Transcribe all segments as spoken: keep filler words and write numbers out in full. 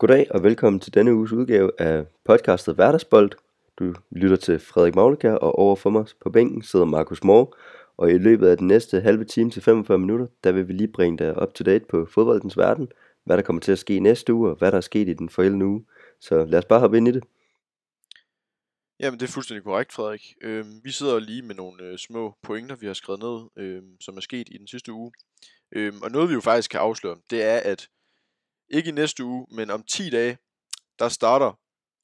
Goddag og velkommen til denne uges udgave af podcastet Hverdagsbold. Du lytter til Frederik Maglekær, og overfor mig på bænken sidder Markus Moore. Og i løbet af den næste halve time til femogfyrre minutter, der vil vi lige bringe dig up to date på fodboldens verden, hvad der kommer til at ske næste uge, og hvad der er sket i den forældende uge. Så lad os bare hoppe ind i det. Jamen det er fuldstændig korrekt, Frederik. Øhm, vi sidder lige med nogle øh, små pointer, vi har skrevet ned, øhm, som er sket i den sidste uge. Øhm, og noget vi jo faktisk kan afsløre, det er, at ikke i næste uge, men om ti dage, der starter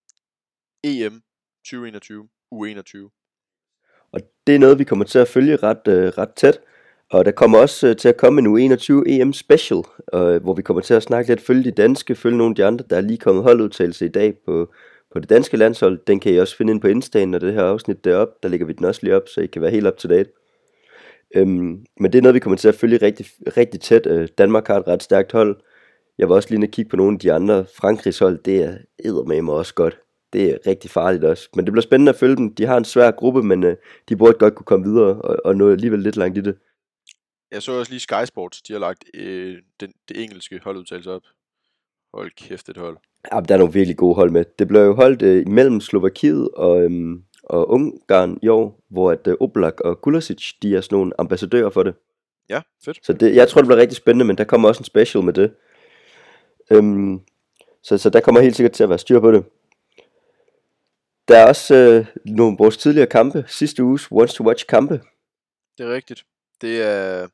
E M tyve enogtyve, U enogtyve. Og det er noget, vi kommer til at følge ret, øh, ret tæt. Og der kommer også øh, til at komme en U enogtyve E M special, øh, hvor vi kommer til at snakke lidt, følge de danske, følge nogle af de andre. Der er lige kommet holdudtagelse i dag på, på det danske landshold. Den kan I også finde ind på Insta'en, når det her afsnit deroppe. Der lægger vi den også lige op, så I kan være helt up to date. Øhm, men det er noget, vi kommer til at følge rigtig, rigtig tæt. Øh, Danmark har et ret stærkt hold. Jeg var også lige inde og kigge på nogle af de andre. Frankrigs hold, det er eddermame også godt. Det er rigtig farligt også. Men det bliver spændende at følge dem. De har en svær gruppe, men øh, de burde godt kunne komme videre og, og nå alligevel lidt langt i det. Jeg så også lige Sky Sports, de har lagt øh, den, det engelske holdudtagelse op. Hold kæft et hold. Ja, der er nogle virkelig gode hold med. Det blev jo holdt øh, mellem Slovakiet og, øhm, og Ungarn i år, hvor at, øh, Oblak og Kulasic, de er sådan nogle ambassadører for det. Ja, fedt. Så det, jeg tror, det bliver rigtig spændende, men der kommer også en special med det. Øhm, så, så der kommer helt sikkert til at være styr på det. Der er også øh, nogle af vores tidligere kampe, sidste uges Wants to Watch kampe. Det er rigtigt. Det er,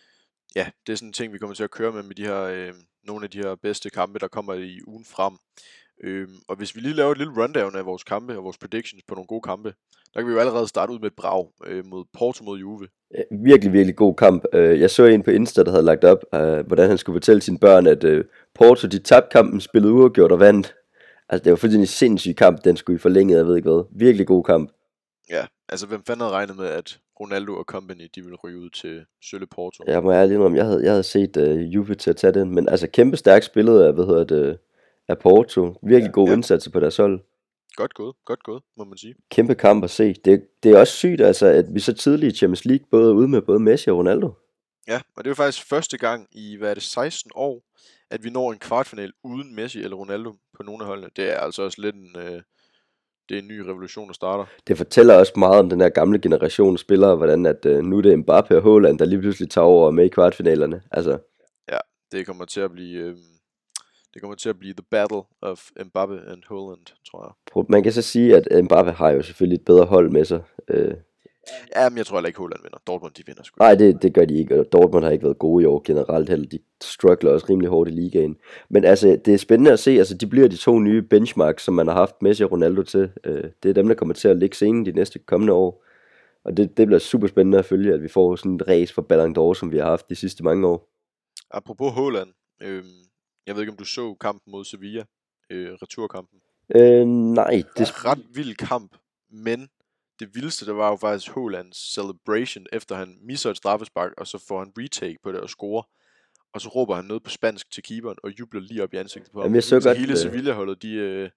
ja, det er sådan en ting, vi kommer til at køre med med de her, øh, nogle af de her bedste kampe, der kommer i ugen frem. Øhm, og hvis vi lige laver et lille rundown af vores kampe og vores predictions på nogle gode kampe, der kan vi jo allerede starte ud med et brag øh, mod Porto mod Juve. Virkelig, virkelig god kamp. Jeg så en på Insta, der havde lagt op, øh, hvordan han skulle fortælle sine børn, at øh, Porto, de tabte kampen, spillede uafgjort og vandt. Altså, det var fuldstændig en sindssyg kamp, den skulle i forlænget, jeg ved ikke hvad. Virkelig god kamp. Ja, altså hvem fanden havde regnet med, at Ronaldo og company, de ville ryge ud til Sølle Porto? Jeg må ærligt indrømme, jeg havde, jeg havde set uh, Juve til at tage den, men altså kæmpe stærkt spillet af, hvad hedder det, af Porto. Virkelig ja, god ja. indsats på deres hold. Godt gået, godt gået, må man sige. Kæmpe kamp at se. Det, det er også sygt, altså, at vi så tidligt i Champions League både ude med både Messi og Ronaldo. Ja, og det er jo faktisk første gang i, hvad er det, seksten år, at vi når en kvartfinal uden Messi eller Ronaldo på nogle af holdene. Det er altså også lidt en, øh, det er en ny revolution, der starter. Det fortæller også meget om den her gamle generation af spillere, hvordan at øh, nu er det Mbappé og Haaland, der lige pludselig tager over med i kvartfinalerne. Altså. Ja, det kommer til at blive... Øh, Det kommer til at blive the battle of Mbappé and Haaland, tror jeg. Man kan så sige, at Mbappé har jo selvfølgelig et bedre hold med sig. Øh. Ja, men jeg tror heller ikke, Haaland vinder. Dortmund, de vinder sgu. Nej, det, det gør de ikke, og Dortmund har ikke været gode i år generelt heller. De struggler også rimelig hårdt i ligaen. Men altså, det er spændende at se, altså de bliver de to nye benchmarks, som man har haft Messi og Ronaldo til. Øh, det er dem, der kommer til at ligge scenen de næste kommende år. Og det, det bliver super spændende at følge, at vi får sådan et race for Ballon d'Or, som vi har haft de sidste mange år. Apropos Haaland, øh, jeg ved ikke, om du så kampen mod Sevilla, øh, returkampen. Øh, nej. Det er ret vild kamp, men det vildeste, der var jo faktisk Haalands celebration, efter han misser et straffespark, og så får han retake på det og scorer. Og så råber han noget på spansk til keeperen, og jubler lige op i ansigtet på ham. Jamen, jeg så så godt, hele Sevilla-holdet, de, øh,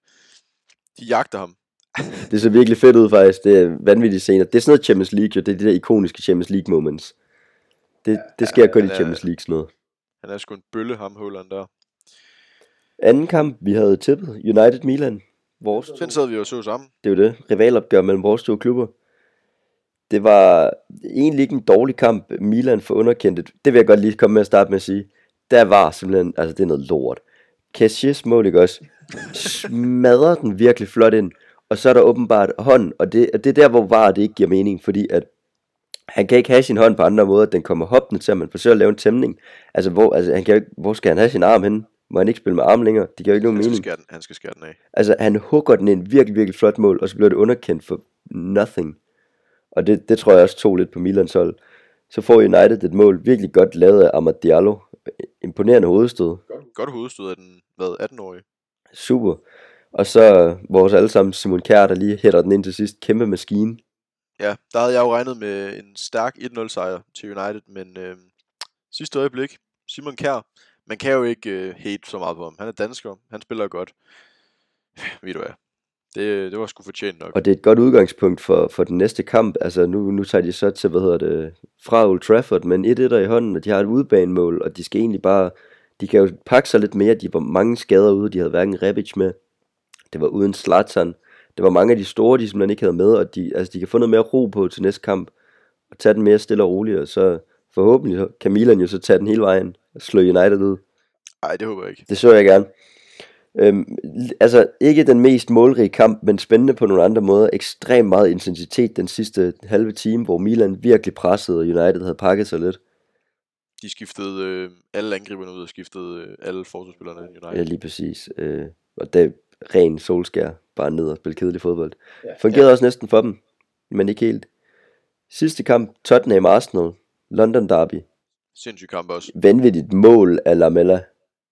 de jagter ham. Det ser virkelig fedt ud faktisk. Det er vanvittige scener. Det er sådan noget Champions League, jo. Det er de der ikoniske Champions League moments. Det, det sker ja, godt i Champions League sådan noget. Han er sgu en bølle, ham Haaland der. Anden kamp, vi havde tippet, United Milan. Vores Den sad vi jo så sammen. Det er jo det, rivalopgør mellem vores to klubber. Det var egentlig ikke en dårlig kamp, Milan for underkendt. Det vil jeg godt lige komme med at starte med at sige. Der var simpelthen, altså det er noget lort. Cassiers mål, ikke også? Smadrer den virkelig flot ind. Og så er der åbenbart hånd, og det, og det er der, hvor var det ikke giver mening, fordi at han kan ikke have sin hånd på andre måder, at den kommer hoppende til, at man forsøger at lave en tæmning. Altså, hvor, altså han kan ikke, hvor skal han have sin arm henne? Må han ikke spille med arm længere? Det giver jo ikke nogen han mening. Skal den, han skal skære den af. Altså, han hugger den ind virkelig, virkelig flot mål, og så bliver det underkendt for nothing. Og det, det tror jeg også tog lidt på Milans hold. Så får United et mål, virkelig godt lavet af Amad Diallo. Imponerende hovedstød. Godt, godt hovedstød af den, hvad, atten-årige. Super. Og så vores allesammen Simon Kjær, der lige hætter den ind til sidst. Kæmpe maskine. Ja, der havde jeg jo regnet med en stærk et nul sejr til United, men øh, sidste øjeblik, Simon Kjær, man kan jo ikke øh, hate så meget på ham. Han er dansker, han spiller godt. Ved du hvad, det, det var sgu fortjent nok. Og det er et godt udgangspunkt for, for den næste kamp. Altså nu, nu tager de så til, hvad hedder det, fra Old Trafford, men et et i hånden, og de har et udbanemål, og de skal egentlig bare, de kan jo pakke sig lidt mere. De var mange skader ude, de havde hverken Rebic med. Det var uden Zlatan. Det var mange af de store, de simpelthen ikke havde med, og de, altså, de kan få noget mere ro på til næste kamp, og tage den mere stille og roligt, og så forhåbentlig kan Milan jo så tage den hele vejen, og slå United ud. Nej, det håber jeg ikke. Det så jeg gerne. Øhm, altså ikke den mest målrige kamp, men spændende på nogle andre måder. Ekstremt meget intensitet den sidste halve time, hvor Milan virkelig pressede, og United havde pakket sig lidt. De skiftede øh, alle angriberne ud og skiftede øh, alle forsvarsspillerne i United. Ja, lige præcis. Øh, og det er ren solskær, bare ned og spille kedelig fodbold. Ja. Fungerede ja. også næsten for dem, men ikke helt. Sidste kamp, Tottenham Arsenal, London Derby. Sindssyg kamp også. Vanvittigt mål af Lamela.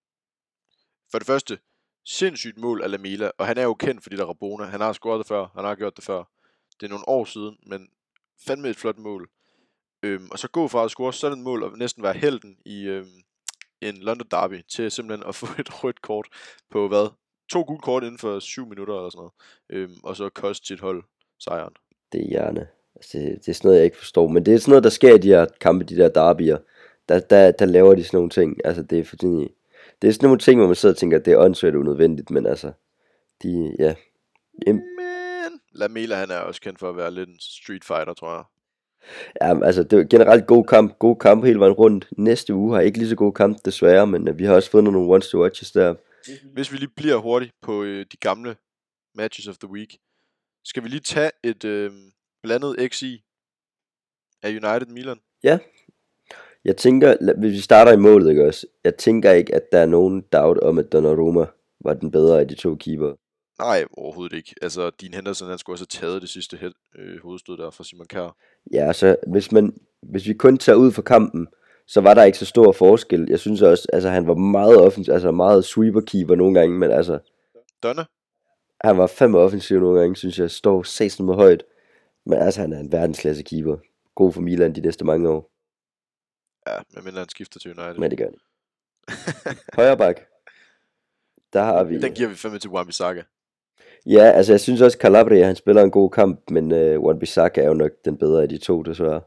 For det første, sindssygt mål af Lamela, og han er jo kendt for de der Rabona. Han har scoret det før, han har gjort det før. Det er nogle år siden, men fandme et flot mål. Øhm, og så gå fra at score sådan et mål og næsten være helten i øhm, en London Derby til simpelthen at få et rødt kort på hvad? To gule kort inden for syv minutter eller sådan noget. Øhm, og så koste sit hold sejren. Det er hjerne. Altså, det, det er sådan noget, jeg ikke forstår. Men det er sådan noget, der sker i de her kampe, de der derbyer. Der, der, der laver de sådan nogle ting. Altså, det er fordi... Det er sådan nogle ting, hvor man sidder og tænker, at det er åndssvagt unødvendigt, men altså... De, ja... Men... Lamela, han er også kendt for at være lidt en street fighter, tror jeg. Ja, altså, det er generelt god kamp. God kamp hele vejen rundt. Næste uge har ikke lige så god kamp, desværre, men uh, vi har også fået nogle ones to watches der. Hvis vi lige bliver hurtigt på øh, de gamle matches of the week, skal vi lige tage et øh, blandet X I af United Milan? Ja. Jeg tænker, hvis vi starter i målet, ikke også? Jeg tænker ikke, at der er nogen doubt om, at Donnarumma var den bedre af de to keeper. Nej, overhovedet ikke. Altså, Dean Henderson, han skulle også have taget det sidste head, øh, hovedstød der fra Simon Kjær. Ja, så hvis, man, hvis vi kun tager ud for kampen, så var der ikke så stor forskel. Jeg synes også, altså han var meget offensiv, altså meget sweeper-keeper nogle gange, men altså... Donne? Han var fandme offensiv nogle gange, synes jeg, står satan med højt. Men altså, han er en verdensklasse keeper. God for Milan de næste mange år. Ja, medmindre han skifter til United. Men det gør han. Højre bak. Der har vi... Den giver vi fandme til Wan-Bissaka. Ja, altså jeg synes også, Calabria, han spiller en god kamp, men uh, Wan-Bissaka er jo nok den bedre af de to, desværre.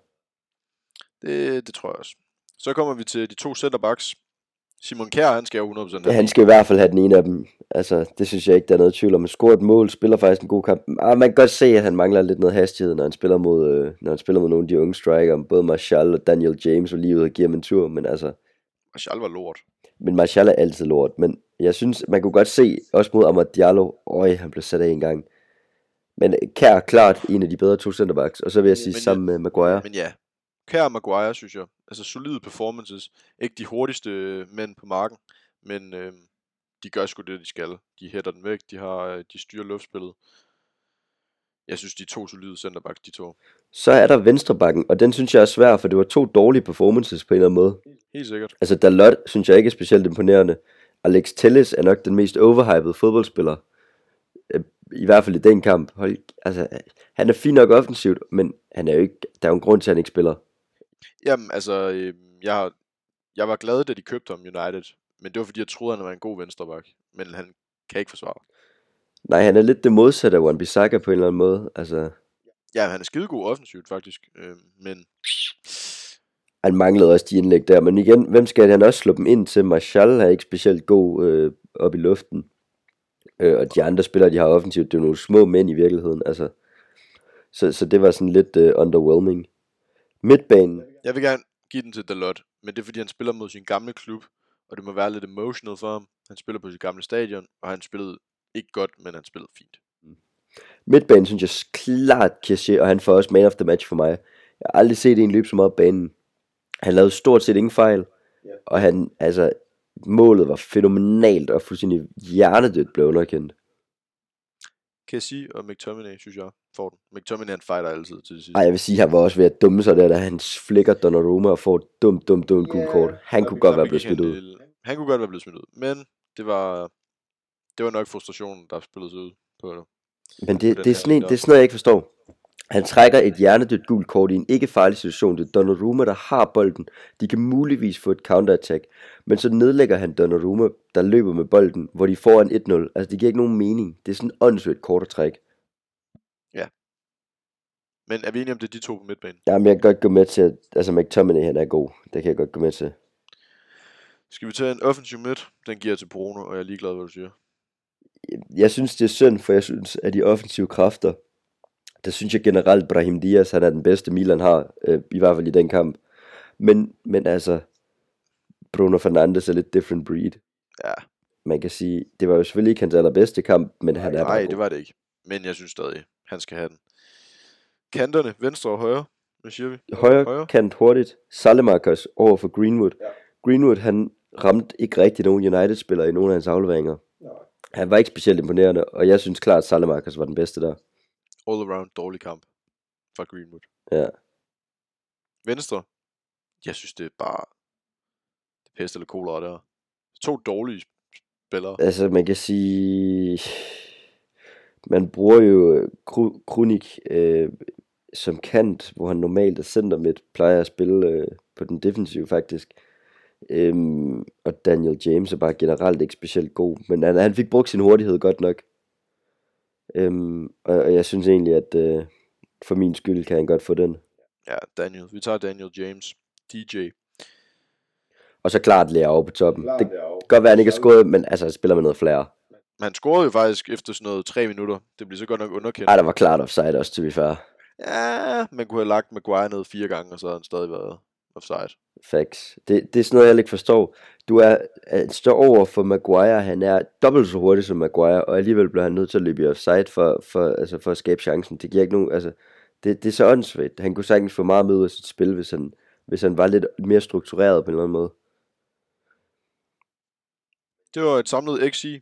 Det, det tror jeg også. Så kommer vi til de to centerbacks. Simon Kjær, han skal jo hundrede procent have. Ja, han skal i hvert fald have den ene af dem. Altså, det synes jeg ikke, der er noget tvivl om. Han scorer et mål, spiller faktisk en god kamp. Ah, man kan godt se, at han mangler lidt noget hastighed, når han spiller mod, øh, når han spiller mod nogle af de unge striker. Både Martial og Daniel James var lige ude og giver ham en tur, men altså... Martial var lort. Men Martial er altid lort, men jeg synes, man kunne godt se, også mod Amad Diallo, øj, han blev sat af en gang. Men Kjær klart en af de bedre to centerbacks, og så vil jeg sige men sammen ja, med Maguire. Men ja, Kjær og Maguire, synes jeg. Altså solide performances. Ikke de hurtigste mænd på marken, men øh, de gør sgu det, de skal. De hætter den væk, de, har, de styrer luftspillet. Jeg synes, de er to solide centerbacks, de to. Så er der venstrebacken, og den synes jeg er svær, for det var to dårlige performances på en eller anden måde. Helt sikkert. Altså Dalot synes jeg ikke er specielt imponerende. Alex Telles er nok den mest overhypede fodboldspiller. I hvert fald i den kamp. Hold, altså, han er fin nok offensivt, men han er jo ikke, der er jo en grund til, at han ikke spiller. Jamen, altså, øh, jeg, har, jeg var glad, da de købte ham United. Men det var fordi, jeg troede, han var en god venstreback. Men han kan ikke forsvare. Nej, han er lidt det modsatte af Wan-Bissaka på en eller anden måde. Altså... Ja, han er skidegod offensivt, faktisk. Øh, men... Han manglede også de indlæg der. Men igen, hvem skal han også slå dem ind til? Martial er ikke specielt god øh, op i luften. Øh, og de andre spillere, de har offensivt, det er nogle små mænd i virkeligheden. Altså... Så, så det var sådan lidt uh, underwhelming. Midtbanen. Jeg vil gerne give den til Dalot, men det er fordi han spiller mod sin gamle klub, og det må være lidt emotional for ham. Han spiller på sit gamle stadion, og han spillede ikke godt, men han spillede fint. Midtbanen synes jeg klart Kessie, og han får også man of the match for mig. Jeg har aldrig set en løbe så meget på banen. Han lavede stort set ingen fejl, og han, altså, målet var fænomenalt, og fuldstændig hjernedødt blev underkendt. Kessie og McTominay, synes jeg, får den. McTominay, han fighter altid til det sidste. Ej, jeg vil sige, han var også ved at dumme sig der, da han flækker Donnarumma og får et dumt, dumt, dumt gult kort. Han kunne godt være blevet smidt ud. Han kunne godt være blevet smidt ud, men det var, det var nok frustrationen, der spillede sig ud på det. Men det, det, er sådan en, det er sådan noget, jeg ikke forstår. Han trækker et hjernedødt gult kort i en ikke farlig situation. Det er Donnarumma, der har bolden. De kan muligvis få et counterattack. Men så nedlægger han Donnarumma, der løber med bolden, hvor de får en et nul. Altså, det giver ikke nogen mening. Det er sådan en åndssvagt kort at trække. Ja. Men er vi enige om det er de to på midtbanen? Jamen, jeg kan godt gå med til, at altså, McTominay, han er god. Det kan jeg godt gå med til. Skal vi tage en offensiv midt? Den giver jeg til Bruno, og jeg er ligeglad, hvad du siger. Jeg synes, det er synd, for jeg synes, at de offensive kræfter, der synes jeg generelt, Brahim Diaz, han er den bedste Milan har, øh, i hvert fald i den kamp. Men, men altså, Bruno Fernandes er lidt different breed. Ja. Man kan sige, det var jo selvfølgelig ikke hans allerbedste kamp, men han er bare Nej, god. det var det ikke. Men jeg synes stadig, han skal have den. Kanterne, venstre og højre. Hvad siger vi? Højre, højre. Kant hurtigt. Salemakers over for Greenwood. Ja. Greenwood, han ramte ikke rigtig nogen United-spillere i nogle af hans afleveringer. Ja. Han var ikke specielt imponerende, og jeg synes klart, at Salemakers var den bedste der. All around dårlig kamp fra Greenwood. Ja. Venstre. Jeg synes, det er bare det pest eller kolera der. To dårlige spillere. Altså, man kan sige, man bruger jo Krunic øh, som kant, hvor han normalt er center midt, plejer at spille øh, på den defensive faktisk. Øhm, og Daniel James er bare generelt ikke specielt god, men han, han fik brugt sin hurtighed godt nok. Øhm, og, og jeg synes egentlig, at øh, for min skyld kan han godt få den. Ja, Daniel. Vi tager Daniel James. D J. Og så klart Leao på toppen. Det kan godt være, han ikke har scoret, men altså han spiller med noget flere. Men han scorede jo faktisk efter sådan noget tre minutter. Det bliver så godt nok underkendt. Ej, der var klart offside også, til vi før. Ja, man kunne have lagt Maguire ned fire gange, og så havde han stadig været offside. Facts. Det, det er sådan noget, jeg ikke forstår. Du er, er står over for Maguire, han er dobbelt så hurtig som Maguire, og alligevel bliver han nødt til at løbe i offside for, for, altså for at skabe chancen. Det giver ikke nogen, altså, det, det er så åndssvagt. Han kunne sagtens få meget med ud af sit spil, hvis han, hvis han var lidt mere struktureret på en eller anden måde. Det var et samlet X I.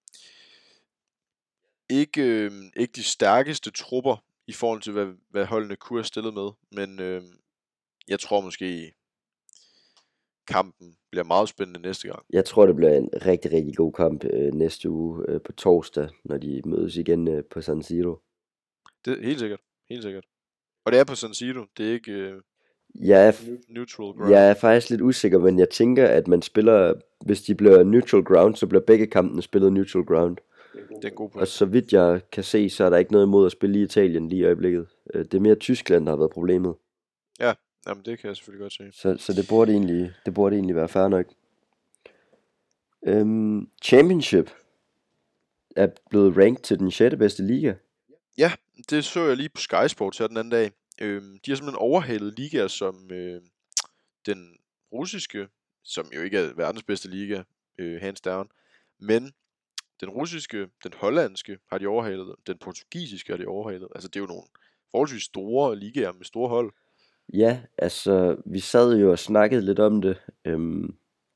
Ikke, øh, ikke de stærkeste trupper i forhold til, hvad, hvad holdene kunne have stillet med, men øh, jeg tror måske, kampen bliver meget spændende næste gang. Jeg tror, det bliver en rigtig, rigtig god kamp øh, næste uge øh, på torsdag, når de mødes igen øh, på San Siro. Det er helt sikkert, helt sikkert. Og det er på San Siro, det er ikke øh, jeg, er, neutral ground. Jeg er faktisk lidt usikker, men jeg tænker, at man spiller, hvis de bliver neutral ground, så bliver begge kampene spillet neutral ground. Det er en god point. Og så vidt jeg kan se, så er der ikke noget imod at spille i Italien lige i øjeblikket. Det er mere Tyskland, der har været problemet. Ja, jamen det kan jeg selvfølgelig godt se. Så, så det, burde egentlig, det burde egentlig være fair nok. Øhm, Championship er blevet ranked til den sjette bedste liga. Ja, det så jeg lige på Sky Sports her den anden dag. Øhm, de har simpelthen overhalet ligaer som øh, den russiske, som jo ikke er verdens bedste liga, øh, hands down, men den russiske, den hollandske har de overhalet, den portugisiske har de overhalet. Altså det er jo nogle forholdsvis store ligaer med store hold. Ja, altså vi sad jo og snakkede lidt om det. Øhm,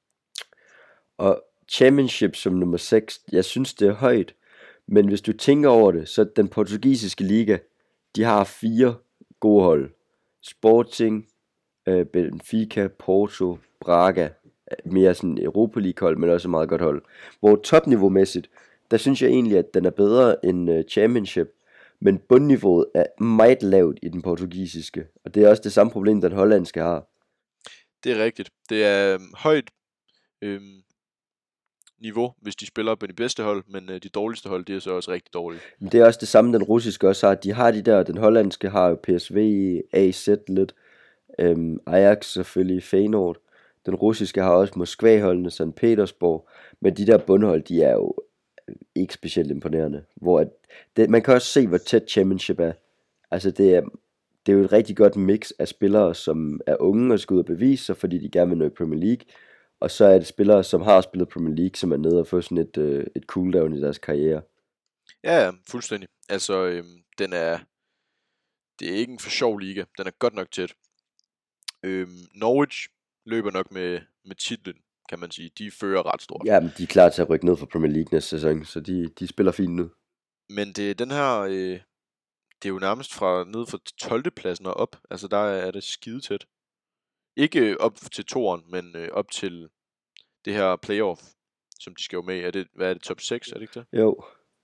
og Championship som nummer seks, jeg synes det er højt. Men hvis du tænker over det, så den portugisiske liga, de har fire gode hold. Sporting, øh, Benfica, Porto, Braga. Mere sådan Europa League hold, men også et meget godt hold. Hvor topniveau-mæssigt, der synes jeg egentlig, at den er bedre end uh, Championship. Men bundniveauet er meget lavt i den portugisiske. Og det er også det samme problem, den hollandske har. Det er rigtigt. Det er øhm, højt øhm, niveau, hvis de spiller på de bedste hold, men øh, de dårligste hold, det er så også rigtig dårlige. Men det er også det samme, den russiske også har. De har de der, den hollandske har jo P S V, A Z lidt, øhm, Ajax selvfølgelig, Feyenoord. Den russiske har også Moskva-holdene, Sankt Petersborg. Men de der bundhold, de er jo ikke specielt imponerende. Hvor at det, man kan også se, hvor tæt Championship er. Altså det er, det er jo et rigtig godt mix af spillere, som er unge og skal ud og bevise sig, fordi de gerne vil nå i Premier League. Og så er det spillere, som har spillet Premier League, som er nede og få sådan et, øh, et cooldown i deres karriere. Ja, fuldstændig. Altså, øhm, den er, det er ikke en for sjov liga. Den er godt nok tæt. Øhm, Norwich løber nok med, med titlen, kan man sige. De fører ret stort. Ja, men de er klar til at rykke ned fra Premier League næste sæson, så de, de spiller fint nu. Men det er den her, øh, det er jo nærmest fra ned fra tolvte pladsen og op. Altså, der er det skide tæt. Ikke op til toeren, men øh, op til det her playoff, som de skal jo med. Er det, hvad er det, top seks, er det ikke det? Jo.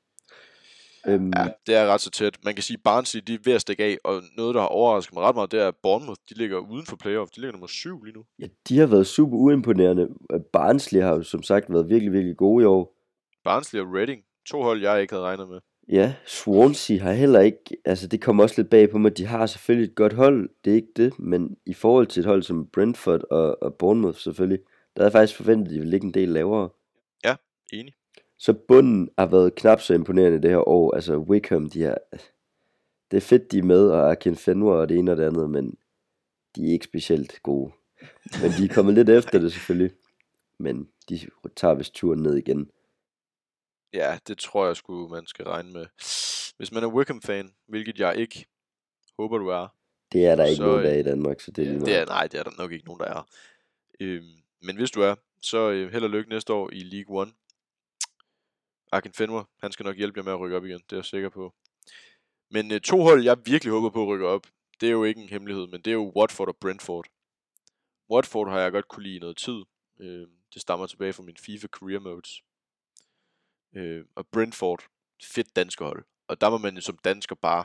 Øhm, Ja, det er ret så tæt. Man kan sige, at Barnsley, de er ved at stikke af, og noget, der har overrasket mig ret meget, det er, at Bournemouth, de ligger uden for playoff. De ligger nummer syv lige nu. Ja, de har været super uimponerende. Barnsley har jo som sagt været virkelig, virkelig gode i år. Barnsley og Reading, to hold, jeg ikke havde regnet med. Ja, Swansea har heller ikke, altså det kommer også lidt bag på mig, de har selvfølgelig et godt hold, det er ikke det, men i forhold til et hold som Brentford og, og Bournemouth selvfølgelig, Der havde jeg faktisk forventet, at de ville ligge en del lavere. Ja, enig. Så bunden har været knap så imponerende det her år. Altså Wickham, de er, det er fedt, de er med, og Akinfenwa og det ene og det andet, men de er ikke specielt gode. Men de er kommet lidt efter det selvfølgelig. Men de tager vist turen ned igen. Ja, det tror jeg sgu, man skal regne med. Hvis man er Wickham-fan, hvilket jeg ikke håber, du er. Det er der ikke så, nogen, der er i øh, Danmark, så det er lige Det er, meget. nej, det er der nok ikke nogen, der er. Øhm, men hvis du er, så øh, held og lykke næste år i League One. Akinfenwa, han skal nok hjælpe jer med at rykke op igen, det er jeg sikker på. Men øh, to hold, jeg virkelig håber på at rykke op, det er jo ikke en hemmelighed, men det er jo Watford og Brentford. Watford har jeg godt kunne lide i noget tid. Øh, det stammer tilbage fra min FIFA Career Modes. Øh, og Brentford, fedt dansker hold. Og der må man jo som dansker bare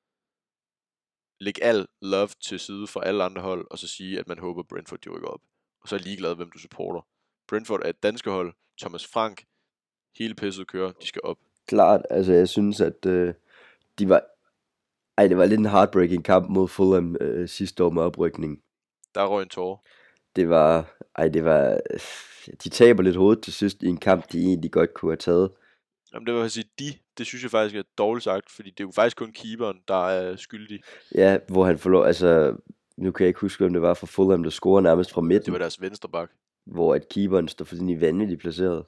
lægge al love til side for alle andre hold, og så sige, at man håber, Brentford de rykker op. Og så er ligeglad, hvem du supporter. Brentford er et dansker hold. Thomas Frank, hele pisset kører, de skal op. Klart, altså jeg synes, at øh, de var... Ej, det var lidt en heartbreaking kamp mod Fulham øh, sidste år med oprykning. Der røg en tårer. Det var... Ej, det var... De taber lidt hovedet til sidst i en kamp, de egentlig godt kunne have taget. Jamen det vil jeg sige, de, det synes jeg faktisk er dårligt sagt, fordi det er jo faktisk kun keeperen, der er skyldig. Ja, hvor han får lov... Altså, nu kan jeg ikke huske, om det var for Fulham, der scorer nærmest fra midten. Det var deres venstre bak. Hvor at keeperen står fuldstændig vanvittigt placeret.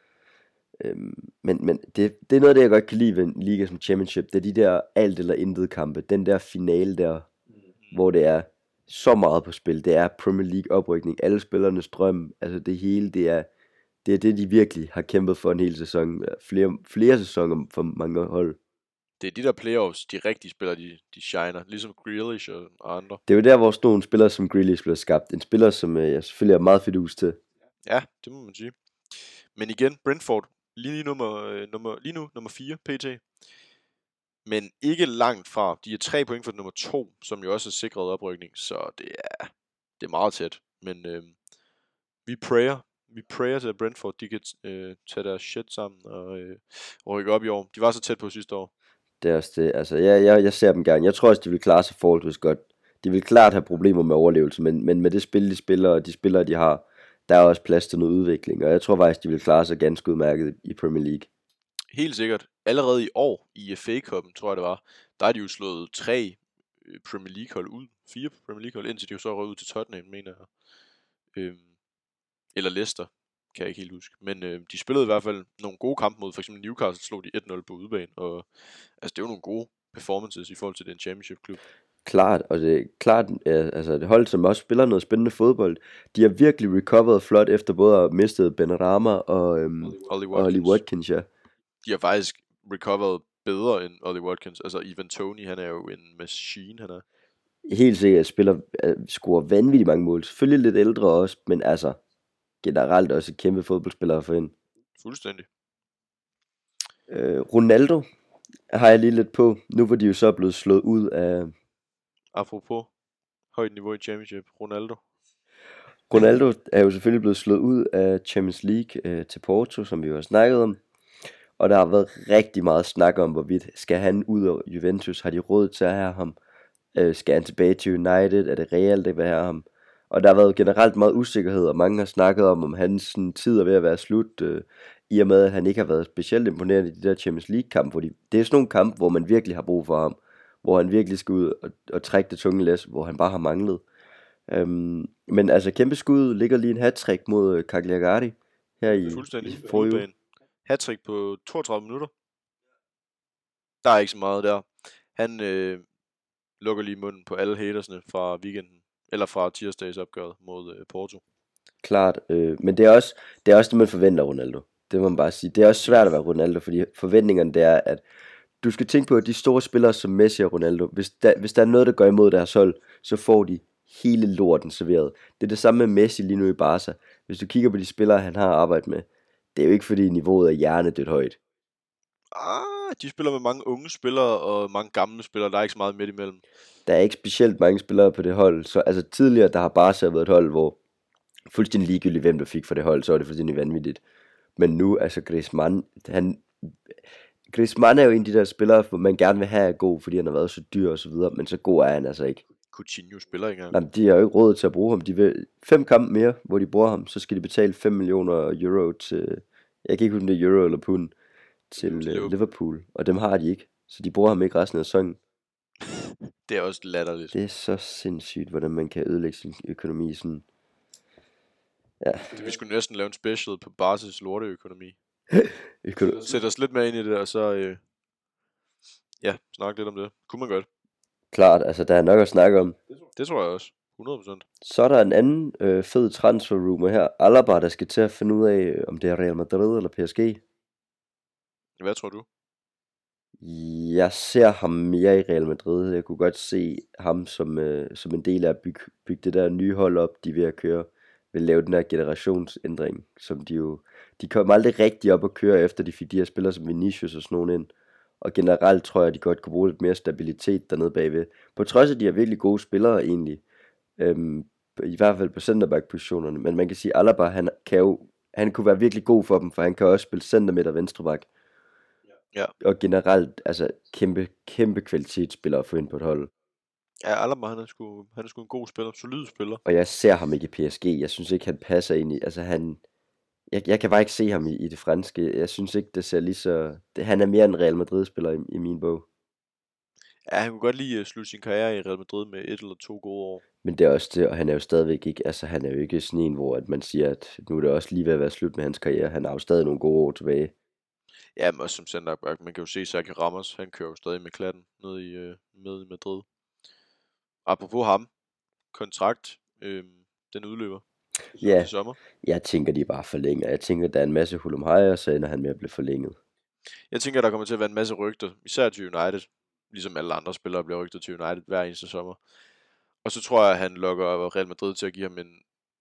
Øhm, men men det, det er noget af det, jeg godt kan lide ved en liga som Championship. Det er de der alt eller intet kampe. Den der finale der, mm. hvor det er så meget på spil. Det er Premier League oprykning. Alle spillernes drøm. Altså det hele, det er det, er det de virkelig har kæmpet for en hel sæson. Flere, flere sæsoner for mange hold. Det er de der playoffs, de rigtige spillere, de, de shiner. Ligesom Grealish og, og andre. Det er jo der, hvor sådan nogle spillere som Grealish bliver skabt. En spiller, som øh, jeg selvfølgelig er meget fidus til. Ja, det må man sige. Men igen, Brentford, lige, nummer, øh, nummer, lige nu nummer fire, pt. Men ikke langt fra. De er tre point for nummer to, som jo også er sikret oprykning. Så det er, det er meget tæt. Men øh, vi prayer. Vi prayer til, at Brentford de kan øh, tage deres shit sammen og øh, rykke op i år. De var så tæt på sidste år. Det er også det. Altså, jeg, jeg, jeg ser dem gerne. Jeg tror også, de vil klare sig forholdsvis godt. De vil klart have problemer med overlevelse, men, men med det spil, de spiller, og de spillere, de har, der er også plads til noget udvikling. Og jeg tror faktisk, de vil klare sig ganske udmærket i Premier League. Helt sikkert. Allerede i år i F A-cupen, tror jeg det var, der er de jo slået tre Premier League-hold ud. Fire Premier League-hold, indtil de jo så røg ud til Tottenham, mener jeg. Øhm, eller Leicester, kan jeg ikke helt huske. Men øh, de spillede i hvert fald nogle gode kampe mod, for eksempel Newcastle slog de et nul på udebane. Og altså, det er jo nogle gode performances i forhold til den championship-klub. Klart, og det er klart, altså det hold, som også spiller noget spændende fodbold, de har virkelig recovered flot efter både at have mistet Benrahma og, øhm, Ollie og Ollie Watkins, ja. De har faktisk recovered bedre end Ollie Watkins. Altså Ivan Toney, han er jo en machine, han er. Helt sikkert spiller, uh, scorer vanvittigt mange mål. Selvfølgelig lidt ældre også, men altså generelt også et kæmpe fodboldspiller for hende. Fuldstændig. Uh, Ronaldo har jeg lige lidt på. Nu var de jo så blevet slået ud af... Apropos højt niveau i Championship, Ronaldo. Ronaldo er jo selvfølgelig blevet slået ud af Champions League uh, til Porto, som vi jo har snakket om. Og der har været rigtig meget snak om, hvorvidt skal han ud af Juventus? Har de råd til at have ham? Uh, skal han tilbage til United? Er det reelt, det vil have ham? Og der har været generelt meget usikkerhed, og mange har snakket om, om hans sådan, tid er ved at være slut, øh, i og med, at han ikke har været specielt imponerende i de der Champions League-kampe, fordi det er sådan nogle kampe, hvor man virkelig har brug for ham, hvor han virkelig skal ud og, og trække det tunge læs, hvor han bare har manglet. Øhm, men altså, kæmpe skud ligger lige en hat-trick mod øh, Cagliari her i, i forrige uge. Hat-trick på toogtredive minutter. Der er ikke så meget der. Han øh, lukker lige munden på alle hatersne fra weekenden. Eller fra tirsdags opgøret mod øh, Porto. Klart, øh, men det er, også, det er også det, man forventer Ronaldo. Det må man bare sige. Det er også svært at være Ronaldo, fordi forventningerne det er, at du skal tænke på, at de store spillere som Messi og Ronaldo, hvis der, hvis der er noget, der går imod deres hold, så får de hele lorten serveret. Det er det samme med Messi lige nu i Barca. Hvis du kigger på de spillere, han har arbejdet med, det er jo ikke fordi niveauet er hjernedødt højt. Ah, de spiller med mange unge spillere og mange gamle spillere. Der er ikke så meget midt imellem. Der er ikke specielt mange spillere på det hold. Så altså tidligere, der har Barca været et hold, hvor fuldstændig ligegyldigt, hvem der fik for det hold, så er det fuldstændig vanvittigt. Men nu, altså Griezmann, han... Griezmann er jo en af de der spillere, hvor man gerne vil have er god, fordi han har været så dyr og så videre, men så god er han altså ikke. Coutinho spiller ikke engang. Nej, de har jo ikke råd til at bruge ham. De vil fem kampe mere, hvor de bruger ham, så skal de betale fem millioner euro til, jeg kan ikke huske om det er euro eller pund, til Til øh, Liverpool. Liverpool, og dem har de ikke, så de bruger ham ikke resten af sæsonen. Det er også latterligt. Det er så sindssygt, hvordan man kan ødelægge sin økonomi sådan. Ja, Det, vi skulle næsten lave en special på Barca's lorteøkonomi. økonomi. Sæt os lidt mere ind i det, og så øh, ja, snakke lidt om det. Kunne man godt. Klart, altså der er nok at snakke om. Det tror jeg også. hundrede procent. Så er der en anden øh, fed transfer rumor her. Alaba, der skal til at finde ud af, øh, om det er Real Madrid eller P S G. Hvad tror du? Jeg ser ham mere i Real Madrid. Jeg kunne godt se ham som, øh, som en del af at bygge, bygge det der nye hold op, de er ved at køre. Vil lave den her generationsændring, som de jo... De kom aldrig rigtig op at køre, efter de fik de her spillere som Vinicius og sådan nogen ind. Og generelt tror jeg, at de godt kunne bruge lidt mere stabilitet dernede bagved. På trods af, at de er virkelig gode spillere egentlig. Øhm, I hvert fald på centerback-positionerne. Men man kan sige, at Alaba, han, kan jo, han kunne være virkelig god for dem, for han kan også spille center midt og venstreback. Ja. Og generelt, altså kæmpe, kæmpe kvalitetsspillere at få ind på et hold. Ja, Alaba, han er sgu, han er sgu en god spiller, solid spiller. Og jeg ser ham ikke i P S G. Jeg synes ikke, han passer ind i... Altså han... Jeg, jeg kan bare ikke se ham i, i det franske. Jeg synes ikke, det ser lige så... Det, han er mere en Real Madrid-spiller i, i min bog. Ja, han kunne godt lige uh, slutte sin karriere i Real Madrid med et eller to gode år. Men det er også det, og han er jo stadigvæk ikke... Altså han er jo ikke sådan en, hvor at man siger, at nu er det også lige ved at være slut med hans karriere. Han har jo stadig nogle gode år tilbage. Ja, men også som centerback. Man kan jo se Sergio Ramos, han kører jo stadig med klatten ned i, øh, med i Madrid. Apropos ham, kontrakt, øh, den udløber Ja, i sommer. jeg tænker, de bare forlænger. Jeg tænker, der er en masse hulumhej, og så ender han med at blive forlænget. Jeg tænker, der kommer til at være en masse rygter, især til United, ligesom alle andre spillere bliver rygtet til United hver eneste sommer. Og så tror jeg, at han lokker Real Madrid til at give ham en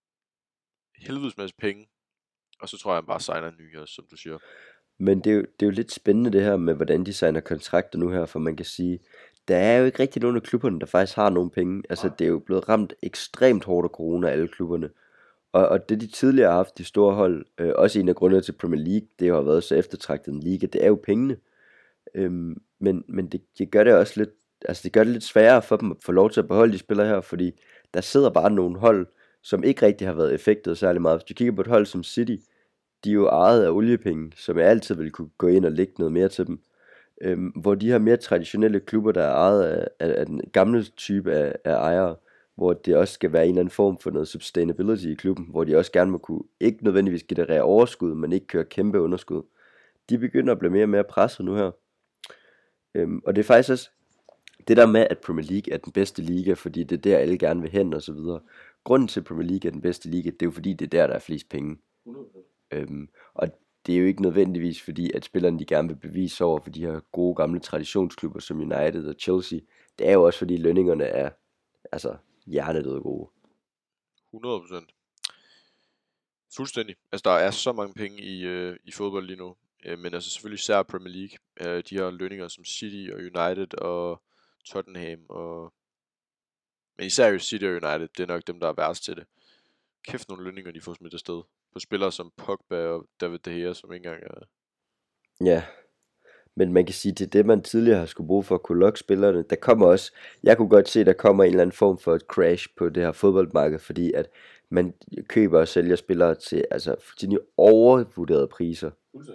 helvedes masse penge. Og så tror jeg, at han bare signer en ny også, som du siger. Men det er, jo, det er jo lidt spændende det her med, hvordan de signer kontrakter nu her, for man kan sige, der er jo ikke rigtig nogen af klubberne, der faktisk har nogen penge. Altså det er jo blevet ramt ekstremt hårdt af corona, alle klubberne. Og, og det de tidligere har haft, de store hold, øh, også en af grundene til Premier League, det har været så eftertragtet en liga, det er jo pengene. Øhm, men men det, det gør det også lidt, altså det gør det lidt sværere for dem at få lov til at beholde de spillere her, fordi der sidder bare nogle hold, som ikke rigtig har været effektet særlig meget. Hvis du kigger på et hold som City, de er jo ejet af oliepenge, som jeg altid vil kunne gå ind og lægge noget mere til dem. Øhm, hvor de her mere traditionelle klubber, der er ejet af, af, af den gamle type af, af ejere, hvor det også skal være en eller anden form for noget sustainability i klubben, hvor de også gerne må kunne, ikke nødvendigvis generere overskud, men ikke køre kæmpe underskud. De begynder at blive mere og mere presset nu her. Øhm, og det er faktisk også det der med, at Premier League er den bedste liga, fordi det er der, alle gerne vil hen og så videre. Grunden til, at Premier League er den bedste liga, det er jo fordi, det er der, der er flest penge. Øhm, og det er jo ikke nødvendigvis fordi, at spillerne de gerne vil bevise over for de her gode gamle traditionsklubber som United og Chelsea. Det er jo også fordi lønningerne er altså hjernedøde gode. hundrede procent. Fuldstændig. Altså der er så mange penge i, øh, i fodbold lige nu. Øh, men altså selvfølgelig især Premier League. Øh, de her lønninger som City og United og Tottenham. Og... Men især jo City og United, det er nok dem, der er værst til det. Kæft nogle lønninger, de får smidt afsted. På spillere som Pogba og David De Gea, som ikke engang er... Ja, men man kan sige, det er det, man tidligere har skulle bruge for at kunne lokke spillerne. Der kommer også, jeg kunne godt se, at der kommer en eller anden form for et crash på det her fodboldmarked, fordi at man køber og sælger spillere til, altså, til de overvurderede priser.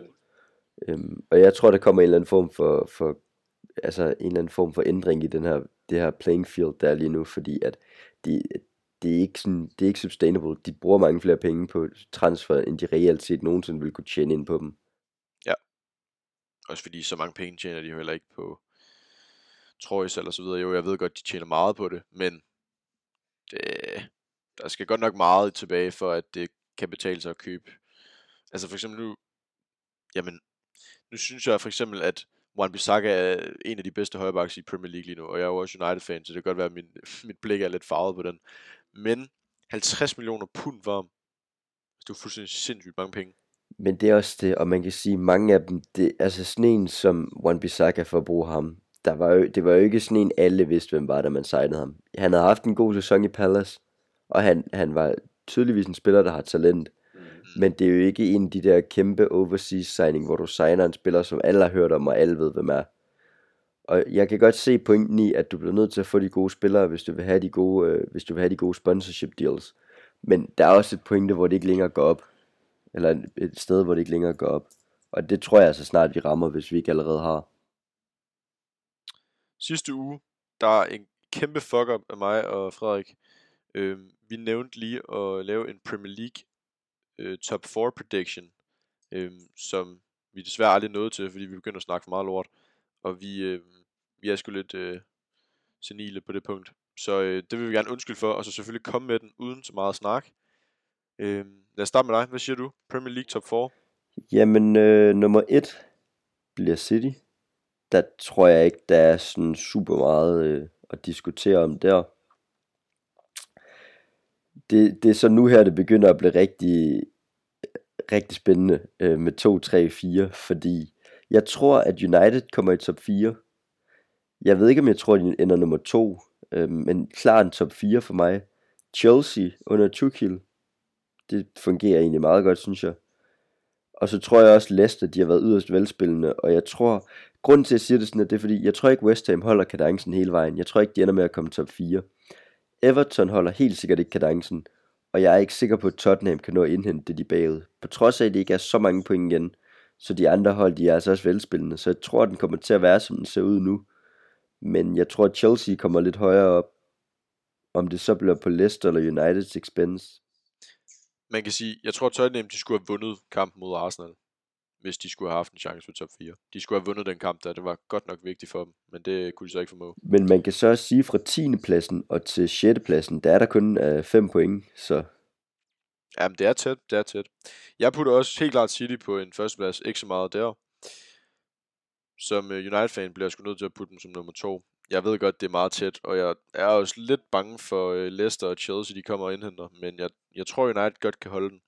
Øhm, og jeg tror, der kommer en eller anden form for, for altså en eller anden form for ændring i den her, det her playing field, der er lige nu, fordi at de, det er ikke sådan, det er ikke sustainable. De bruger mange flere penge på transfer, end de reelt set nogensinde vil kunne tjene ind på dem. Ja. Også fordi så mange penge tjener de jo heller ikke på Troyes eller så videre. Jo, jeg ved godt, de tjener meget på det, men det, der skal godt nok meget tilbage for, at det kan betale sig at købe. Altså for eksempel nu, jamen, nu synes jeg for eksempel, at Wan-Bissaka er en af de bedste højrebacks i Premier League lige nu, og jeg er jo også United-fan, så det kan godt være, at min, mit blik er lidt farvet på den. Men halvtreds millioner pund for ham, det er jo fuldstændig sindssygt mange penge. Men det er også det, og man kan sige, mange af dem, det, altså sådan en som Wan-Bissaka for at bruge ham, der var jo, det var jo ikke sådan en, alle vidste, hvem var, da man signede ham. Han havde haft en god sæson i Palace, og han, han var tydeligvis en spiller, der har talent. Mm. Men det er jo ikke en af de der kæmpe overseas signing, hvor du signer en spiller, som alle har hørt om, og alle ved, hvem er. Og jeg kan godt se pointen i, at du bliver nødt til at få de gode spillere, hvis du vil have de gode, øh, hvis du vil have de gode sponsorship deals. Men der er også et pointe, hvor det ikke længere går op. Eller et- et sted, hvor det ikke længere går op. Og det tror jeg så snart vi rammer, hvis vi ikke allerede har. Sidste uge, der er en kæmpe fuck-up af mig og Frederik. Øhm, vi nævnte lige at lave en Premier League øh, top fire prediction, øhm, som vi desværre aldrig nåede til, fordi vi begyndte at snakke for meget lort. Og vi, øh, vi er sgu lidt øh, senile på det punkt. Så øh, det vil vi gerne undskylde for, og så selvfølgelig komme med den uden så meget snak. Øhm, lad os starte med dig. Hvad siger du? Premier League top fire? Jamen, øh, nummer et bliver City. Der tror jeg ikke, der er sådan super meget øh, at diskutere om der. Det, det er så nu her, det begynder at blive rigtig, rigtig spændende øh, med to, tre, fire, fordi jeg tror, at United kommer i top fire. Jeg ved ikke, om jeg tror, at de ender nummer to, øh, men klart en top fire for mig. Chelsea under Tuchel, det fungerer egentlig meget godt, synes jeg. Og så tror jeg også, Leicester, de har været yderst velspillende, og jeg tror, grunden til at jeg siger det sådan, at det er fordi, jeg tror ikke West Ham holder kadencen hele vejen. Jeg tror ikke, de ender med at komme top fire. Everton holder helt sikkert ikke kadencen, og jeg er ikke sikker på, at Tottenham kan nå at indhente det, de er bagud. På trods af, at det ikke er så mange point igen, så de andre hold, de er altså også velspillende, så jeg tror, at den kommer til at være, som den ser ud nu. Men jeg tror, at Chelsea kommer lidt højere op, om det så bliver på Leicester eller Uniteds expense. Man kan sige, jeg tror Tottenham, de skulle have vundet kampen mod Arsenal, hvis de skulle have haft en chance for top fire. De skulle have vundet den kamp der, det var godt nok vigtigt for dem, men det kunne de så ikke formå. Men man kan så også sige, fra tiende pladsen og til sjette pladsen, der er der kun øh, fem point, så Jamen, det er tæt, det er tæt. Jeg putter også helt klart City på en førsteplads, ikke så meget der. Som øh, United-fan bliver jeg sgu nødt til at putte dem som nummer to. Jeg ved godt, det er meget tæt, og jeg er også lidt bange for øh, Leicester og Chelsea, de kommer og indhenter, men jeg, jeg tror, United godt kan holde den.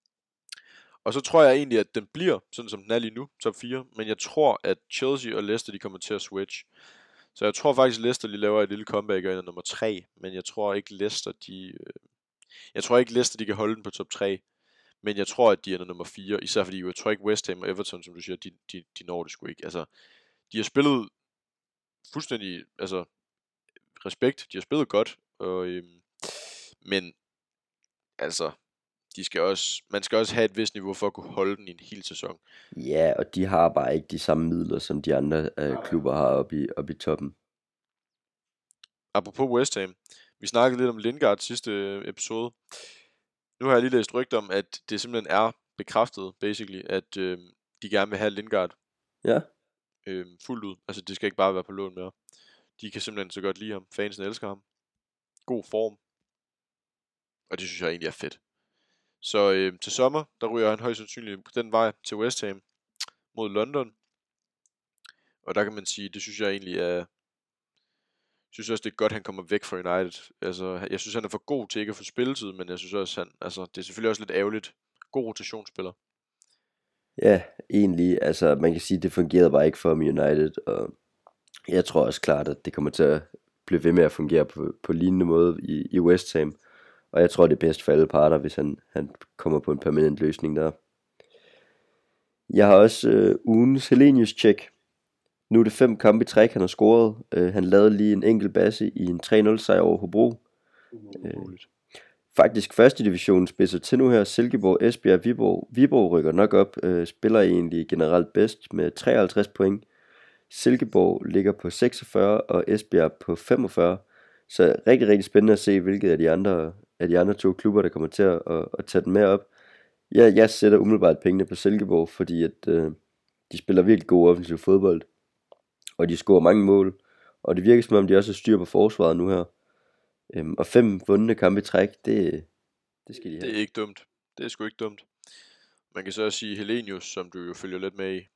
Og så tror jeg egentlig, at den bliver, sådan som den er lige nu, top fire, men jeg tror, at Chelsea og Leicester, de kommer til at switch. Så jeg tror faktisk, at Leicester lige laver et lille comeback og ender nummer tre, men jeg tror ikke, Leicester, de... Øh, jeg tror ikke, Leicester, de kan holde den på top tre. Men jeg tror, at de ender nummer fire, især fordi jeg tror ikke West Ham og Everton, som du siger, de, de, de når det sgu ikke. Altså, de har spillet fuldstændig, altså, respekt, de har spillet godt, og, øhm, men, altså, de skal også, man skal også have et vist niveau for at kunne holde den i en hel sæson. ja, og de har bare ikke de samme midler, som de andre øh, klubber har oppe i, oppe i toppen. Apropos West Ham, vi snakkede lidt om Lingard sidste øh, episode. Nu har jeg lige læst rygter om, at det simpelthen er bekræftet, basically, at øh, de gerne vil have Lingard Ja, øh, fuldt ud. Altså, det skal ikke bare være på lån mere. De kan simpelthen så godt lide ham. Fansen elsker ham. God form. Og det synes jeg egentlig er fedt. Så øh, til sommer, der ryger han højst sandsynligt den vej til West Ham mod London. Og der kan man sige, det synes jeg egentlig er... Jeg synes også, det er godt, at han kommer væk fra United. Altså, jeg synes, han er for god til ikke at få spilletid, men jeg synes også, han, altså, det er selvfølgelig også lidt ærgerligt. God rotationsspiller. ja, egentlig, altså man kan sige, det fungerede bare ikke for dem i United, og jeg tror også klart, at det kommer til at blive ved med at fungere på, på lignende måde i, i West Ham. Og jeg tror, det er bedst for alle parter, hvis han, han kommer på en permanent løsning der. Jeg har også øh, ugens Helenius check. Nu er det fem kampe i træk, han har scoret. Øh, han lavede lige en enkelt basse i en tre nul sejr over Hobro. Øh, faktisk første division spidser til nu her. Silkeborg, Esbjerg, Viborg. Viborg rykker nok op. Øh, spiller egentlig generelt bedst med treoghalvtreds point. Silkeborg ligger på seksogfyrre, og Esbjerg på femogfyrre. Så rigtig, rigtig spændende at se, hvilket af de andre, af de andre to klubber, der kommer til at, at, at tage den med op. Jeg, jeg sætter umiddelbart pengene på Silkeborg, fordi at, øh, de spiller virkelig god offensiv fodbold. Og de scorer mange mål. Og det virker som om, de også har styr på forsvaret nu her. Øhm, og fem vundne kampe i træk, det, det skal de have. Det er ikke dumt. Det er sgu ikke dumt. Man kan så også sige Helenius, som du jo følger lidt med i.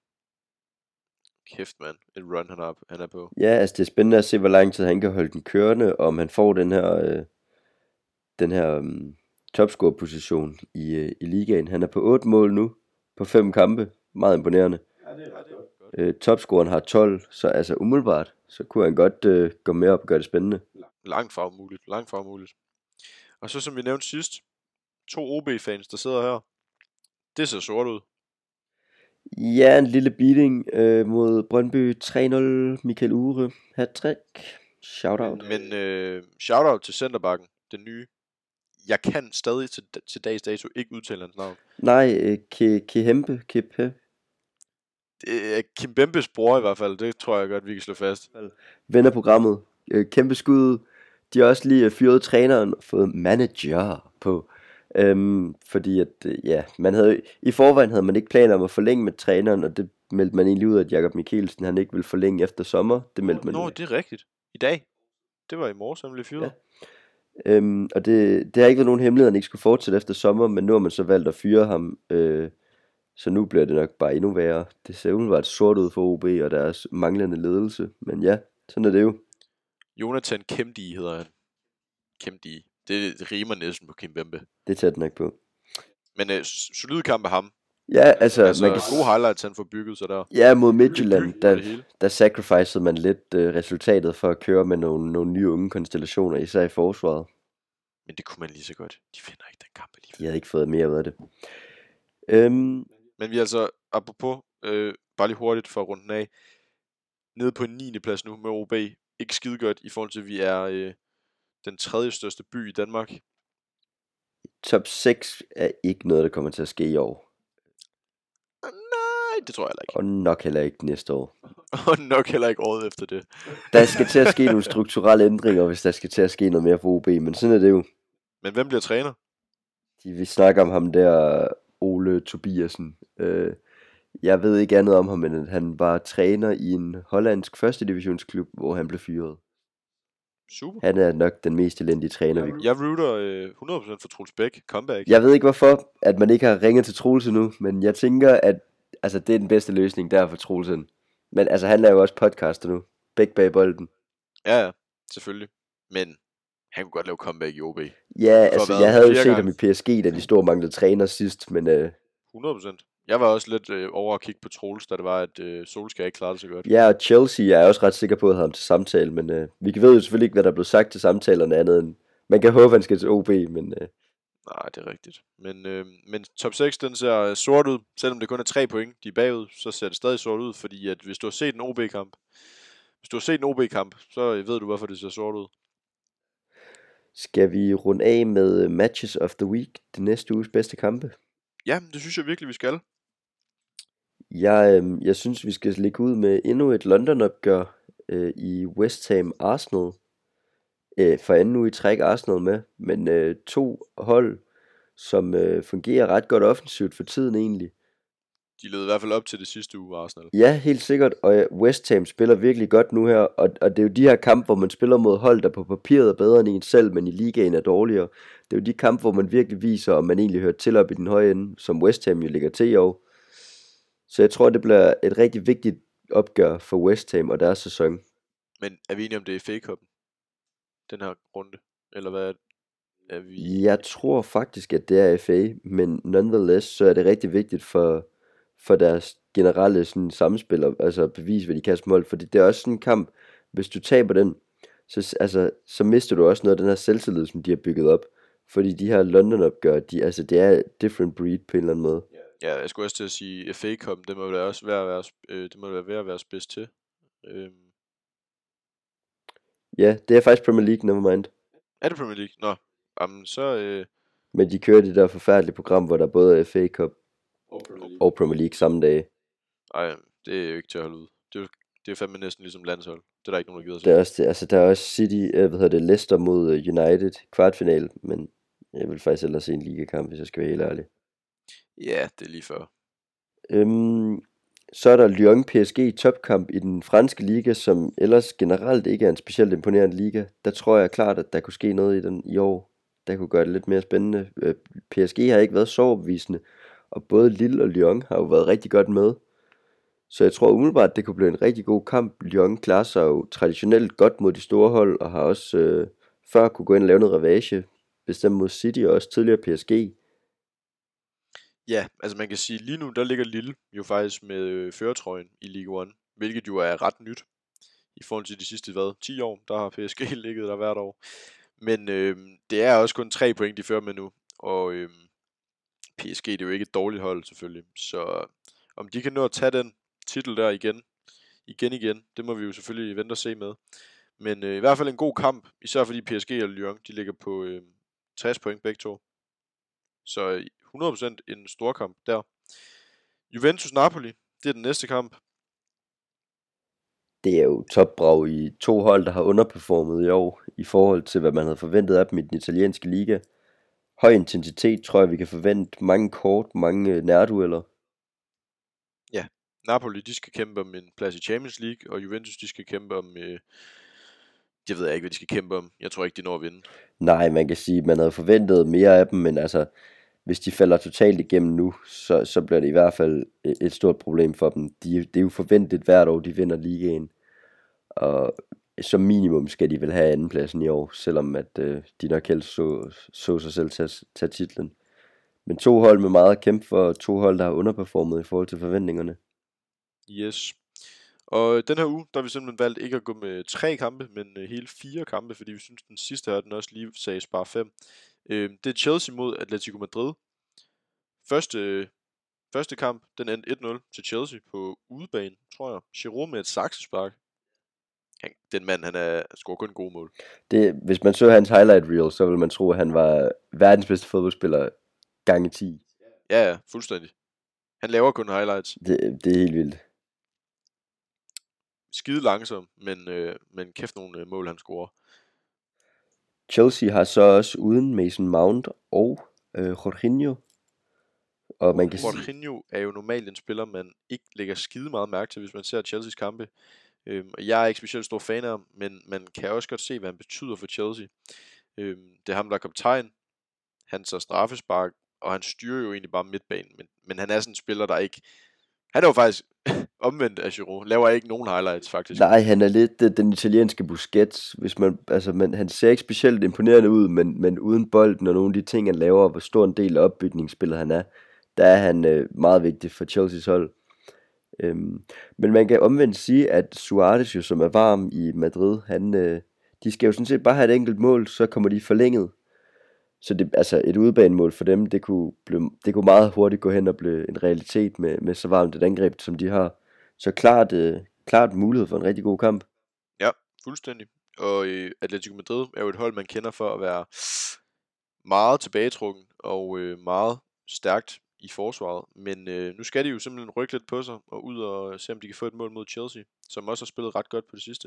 Kæft, mand. Et run, han er, han er på. Ja, altså det er spændende at se, hvor lang tid han kan holde den kørende, og om han får den her, øh, den her um, topscorer-position i, øh, i ligaen. Han er på otte mål nu, på fem kampe. Meget imponerende. Ja, det er ret godt. Øh, topscoren har tolv, så altså umiddelbart, så kunne han godt øh, gå med op og gøre det spændende. Langt fra umuligt. Langt fra umuligt. Og så som vi nævnte sidst, to O B-fans, der sidder her. Det ser sort ud. Ja, en lille beating øh, mod Brøndby tre nul. Michael Uhre, hat-trick. Shout out. Men, men øh, shout-out til centerbacken, den nye. Jeg kan stadig til, til dags dato ikke udtale hans navn. Nej, øh, Ke- Kehempe, Kepe. Det er Kim Bembes bror i hvert fald, det tror jeg godt, vi kan slå fast. Ven af programmet. Øh, kæmpe skud. De har også lige øh, fyret træneren og fået manager på. Øhm, fordi at, øh, ja, man havde, i forvejen havde man ikke planer om at forlænge med træneren, og det meldte man egentlig ud, at Jakob Mikkelsen, han ikke ville forlænge efter sommer. Det meldte man Nå, ud. det er rigtigt. I dag. Det var i morges, han blev fyret. Ja. Øhm, og det, det har ikke været nogen hemmelighed, at han ikke skulle fortsætte efter sommer, men nu har man så valgt at fyre ham, øh, så nu bliver det nok bare endnu værre. Det ser umiddelbart sort ud for O B og deres manglende ledelse, men ja, sådan er det jo. Jonathan Kemdi hedder han. Kemdi. Det rimer næsten på Kim Bembe. Det tager den ikke på. Men øh, solid kamp af ham. Ja, altså, Altså, man kan gode highlights, han får bygget sig der. Ja, mod Midtjylland, Bygget det der, hele. der sacrificede man lidt øh, resultatet for at køre med nogle, nogle nye unge konstellationer, især i forsvaret. Men det kunne man lige så godt. De finder ikke den kamp De alligevel. havde ikke fået mere ud af det. Øhm, Men vi er altså, apropos, øh, bare lige hurtigt for at runde den af, nede på en niende plads nu med O B. Ikke skide godt i forhold til, at vi er øh, den tredje største by i Danmark. top seks er ikke noget, der kommer til at ske i år. Nej, det tror jeg heller ikke. Og nok heller ikke næste år. Og nok heller ikke året efter det. Der skal til at ske nogle strukturelle ændringer, hvis der skal til at ske noget mere for O B, men sådan er det jo. Men hvem bliver træner? De, vi snakker om ham der, Ole Tobiasen. Øh, jeg ved ikke andet om ham, men at han var træner i en hollandsk første divisionsklub, hvor han blev fyret. Super. Han er nok den mest elendige træner, vi Jeg rooter øh, hundrede procent for Troels Bæk. Comeback. Jeg ved ikke hvorfor, at man ikke har ringet til Troels nu, men jeg tænker, at altså, det er den bedste løsning der for Troelsen. Men altså, han laver jo også podcaster nu. Begge bag bolden. Ja, ja, selvfølgelig. Men han kunne godt lave comeback i O B. Ja, altså, hvad, jeg havde jo fire set gange? ham i P S G, da de stod og manglede træner sidst, men øh, hundrede procent. Jeg var også lidt øh, over at kigge på Troels, da det var, at øh, Solskjaer ikke klarede det så godt. ja, og Chelsea jeg er også ret sikker på at have ham til samtale, men øh, vi ved jo selvfølgelig ikke, hvad der er blevet sagt til samtalerne andet end, man kan håbe, han skal til O B, men øh, Nej, det er rigtigt. Men, øh, men top seks, den ser øh, sort ud. Selvom det kun er tre point, de er bagud, så ser det stadig sort ud, fordi at hvis du har set en O B-kamp, hvis du har set en O B-kamp, så øh, ved du, hvorfor det ser sort ud. skal vi runde af med øh, Matches of the Week, det næste uges bedste kampe? Ja, det synes jeg virkelig, vi skal. Jeg, øh, jeg synes, vi skal lægge ud med endnu et London-opgør øh, i West Ham Arsenal. Øh, for anden uge i træk Arsenal med, men øh, to hold, som øh, fungerer ret godt offensivt for tiden egentlig. De led i hvert fald op til det sidste uge, Arsenal. Ja, helt sikkert, og øh, West Ham spiller virkelig godt nu her, og, og det er jo de her kampe, hvor man spiller mod hold, der på papiret er bedre end en selv, men i ligaen er dårligere. Det er jo de kampe, hvor man virkelig viser, om man egentlig hører til op i den høje ende, som West Ham jo ligger til i år. Så jeg tror, det bliver et rigtig vigtigt opgør for West Ham og deres sæson. Men er vi enige om det er F A-cupen? Den her runde? Eller hvad er vi? Jeg tror faktisk, at det er F A, men nonetheless, så er det rigtig vigtigt for, for deres generelle sådan, samspil, og, altså bevise, hvad de kan som hold, fordi det er også sådan en kamp, hvis du taber den, så, altså, så mister du også noget af den her selvtillid, som de har bygget op, fordi de her London-opgør, de, altså, det er different breed på en eller anden måde. Ja, jeg skulle også til at sige, F A-cupen, det må være også være at være, øh, det må være ved at være spids til. Øhm. Ja, det er faktisk Premier League, never mind. Er det Premier League? Nå, jamen så... Øh... Men de kører det der forfærdelige program, hvor der både er F A Cup og Premier League, og Premier League samme dag. Ej, det er jo ikke til at holde ud. Det er jo, det er fandme næsten ligesom landshold. Det er der ikke nogen, der gider Der er sig. også, det, altså, der er også City, øh, hvad hedder det, Leicester mod øh, United kvartfinal, men jeg vil faktisk ellers se en ligakamp, hvis jeg skal være helt ærlig. Ja, det er lige før. Øhm, så er der Lyon P S G topkamp i den franske liga, som ellers generelt ikke er en specielt imponerende liga. Der tror jeg klart, at der kunne ske noget i den i år, der kunne gøre det lidt mere spændende. Øh, P S G har ikke været så overbevisende, og både Lille og Lyon har jo været rigtig godt med. Så jeg tror umiddelbart, det kunne blive en rigtig god kamp. Lyon klarer sig jo traditionelt godt mod de store hold, og har også øh, før kunne gå ind og lave noget ravage, bestemt mod City og også tidligere P S G. Ja, altså man kan sige, lige nu der ligger Lille jo faktisk med øh, førertrøjen i Ligue et, hvilket jo er ret nyt i forhold til de sidste, hvad, ti år, der har P S G ligget der hvert år. Men øh, det er også kun tre point, de fører med nu, og øh, P S G det er jo ikke et dårligt hold selvfølgelig, så Om de kan nå at tage den titel der igen, igen igen, det må vi jo selvfølgelig vente og se med. Men øh, i hvert fald en god kamp, især fordi P S G og Lyon, de ligger på øh, tres point begge to. Så hundrede procent en stor kamp der. Juventus-Napoli, det er den næste kamp. Det er jo topbrag i to hold, der har underperformet i år, i forhold til, hvad man havde forventet af dem i den italienske liga. Høj intensitet, tror jeg, vi kan forvente. Mange kort, mange nærdueller. Ja, Napoli, de skal kæmpe om en plads i Champions League, og Juventus, de skal kæmpe om... Øh, jeg ved ikke, hvad de skal kæmpe om. Jeg tror ikke, de når at vinde. Nej, man kan sige, at man havde forventet mere af dem, men altså, hvis de falder totalt igennem nu, så, så bliver det i hvert fald et stort problem for dem. De, det er jo forventet hvert år, de vinder ligaen. Og som minimum skal de vel have andenpladsen i år, selvom at øh, de nok helst så, så sig selv tage, tage titlen. Men to hold med meget at kæmpe for, og to hold, der har underperformet i forhold til forventningerne. Yes. Og den her uge, der har vi simpelthen valgt ikke at gå med tre kampe, men øh, hele fire kampe, fordi vi synes, den sidste her, den også lige sagde spare fem. Øh, det er Chelsea mod Atletico Madrid. Første, øh, første kamp, den endte et nul til Chelsea på udebane, tror jeg. Giroud med et saksespark. Han, den mand, han er scorer kun gode mål. Det, hvis man så hans highlight reel, så ville man tro, at han var verdens bedste fodboldspiller gange ti. Ja, ja, fuldstændig. Han laver kun highlights. Det, det er helt vildt. Skide langsom, men, øh, men kæft nogle øh, mål, han scorer. Chelsea har så også uden Mason Mount og øh, Jorginho. Og man kan Jorginho er jo normalt en spiller, man ikke lægger skide meget mærke til, hvis man ser Chelseas kampe. Øhm, jeg er ikke specielt stor fan af ham, men man kan også godt se, hvad han betyder for Chelsea. Øhm, det er ham, der er kaptajn. Han tager straffespark, og han styrer jo egentlig bare midtbanen. Men, men han er sådan en spiller, der ikke... Han er jo faktisk omvendt af Giroud. Laver ikke nogen highlights, faktisk. Nej, han er lidt uh, den italienske Busquets. Hvis man, altså, man, han ser ikke specielt imponerende ud, men, men uden bolden og nogle af de ting, han laver, og hvor stor en del af opbygningsspillet han er, der er han uh, meget vigtig for Chelseas hold. Øhm, men man kan omvendt sige, at Suarez jo, som er varm i Madrid, han, øh, de skal jo sådan set bare have et enkelt mål, så kommer de forlænget. Så det, altså et udebanemål for dem, det kunne, blive, det kunne meget hurtigt gå hen og blive en realitet med, med så varmt et angreb, som de har. Så klart, øh, klart mulighed for en rigtig god kamp. Ja, fuldstændig. Og øh, Atletico Madrid er jo et hold, man kender for at være meget tilbagetrukken og øh, meget stærkt i forsvaret, men øh, nu skal de jo simpelthen rykke lidt på sig og ud og se om de kan få et mål mod Chelsea, som også har spillet ret godt på det sidste.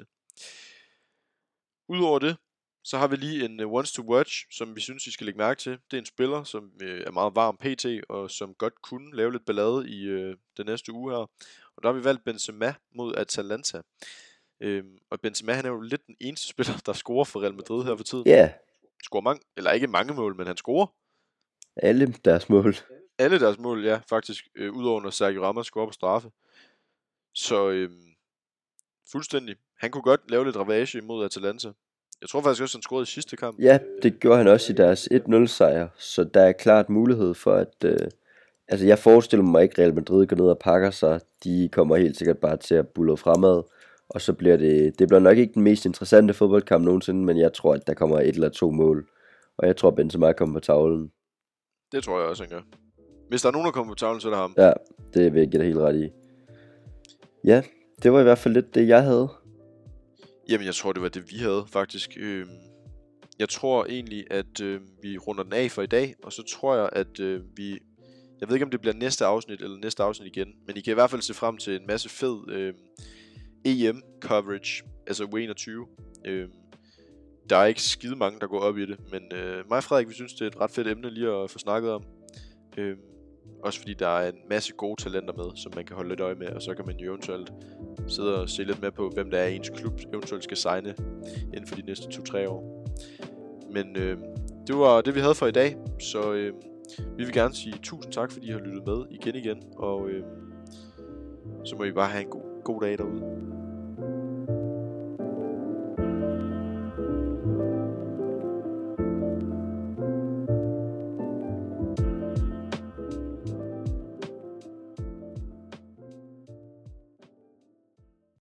Udover det, så har vi lige en uh, ones to watch, som vi synes I skal lægge mærke til. Det er en spiller, som øh, er meget varm pt, og som godt kunne lave lidt ballade i øh, den næste uge her. Og der har vi valgt Benzema mod Atalanta. Øhm, og Benzema, han er jo lidt den eneste spiller, der scorer for Real Madrid her for tiden. Ja. Yeah. Scorer mange, eller ikke mange mål, men han scorer. Alle deres mål. Alle deres mål, ja, faktisk. Øh, Udover når Sergio Ramos scorer på straffe. Så øh, fuldstændig. Han kunne godt lave lidt ravage mod Atalanta. Jeg tror faktisk også, han scorede i sidste kamp. Ja, det gjorde han også i deres et nul sejr. Så der er klart mulighed for, at... Øh, altså, jeg forestiller mig ikke, Real Madrid går ned og pakker sig. De kommer helt sikkert bare til at bulle fremad. Og så bliver det... Det bliver nok ikke den mest interessante fodboldkamp nogensinde, men jeg tror, at der kommer et eller to mål. Og jeg tror, Benzema kommer på tavlen. Det tror jeg også, han gør. Hvis der er nogen, der kommer på tavlen, så er det ham. Ja, det vil jeg give dig helt ret i. Ja, det var i hvert fald lidt det, jeg havde. Jamen, jeg tror, det var det, vi havde, faktisk. Øhm, jeg tror egentlig, at øh, vi runder den af for i dag, og så tror jeg, at øh, vi... Jeg ved ikke, om det bliver næste afsnit, eller næste afsnit igen, men I kan i hvert fald se frem til en masse fed øh, E M-coverage, altså U enogtyve. Øh, der er ikke skide mange, der går op i det, men øh, mig og Frederik, vi synes, det er et ret fedt emne lige at få snakket om. Øh, også fordi der er en masse gode talenter med, som man kan holde lidt øje med, og så kan man jo eventuelt sidde og se lidt mere på, hvem der er ens klub eventuelt skal signe inden for de næste to-tre år. Men øh, det var det, vi havde for i dag, så øh, vi vil gerne sige tusind tak, fordi I har lyttet med igen igen, og øh, så må I bare have en god, god dag derude.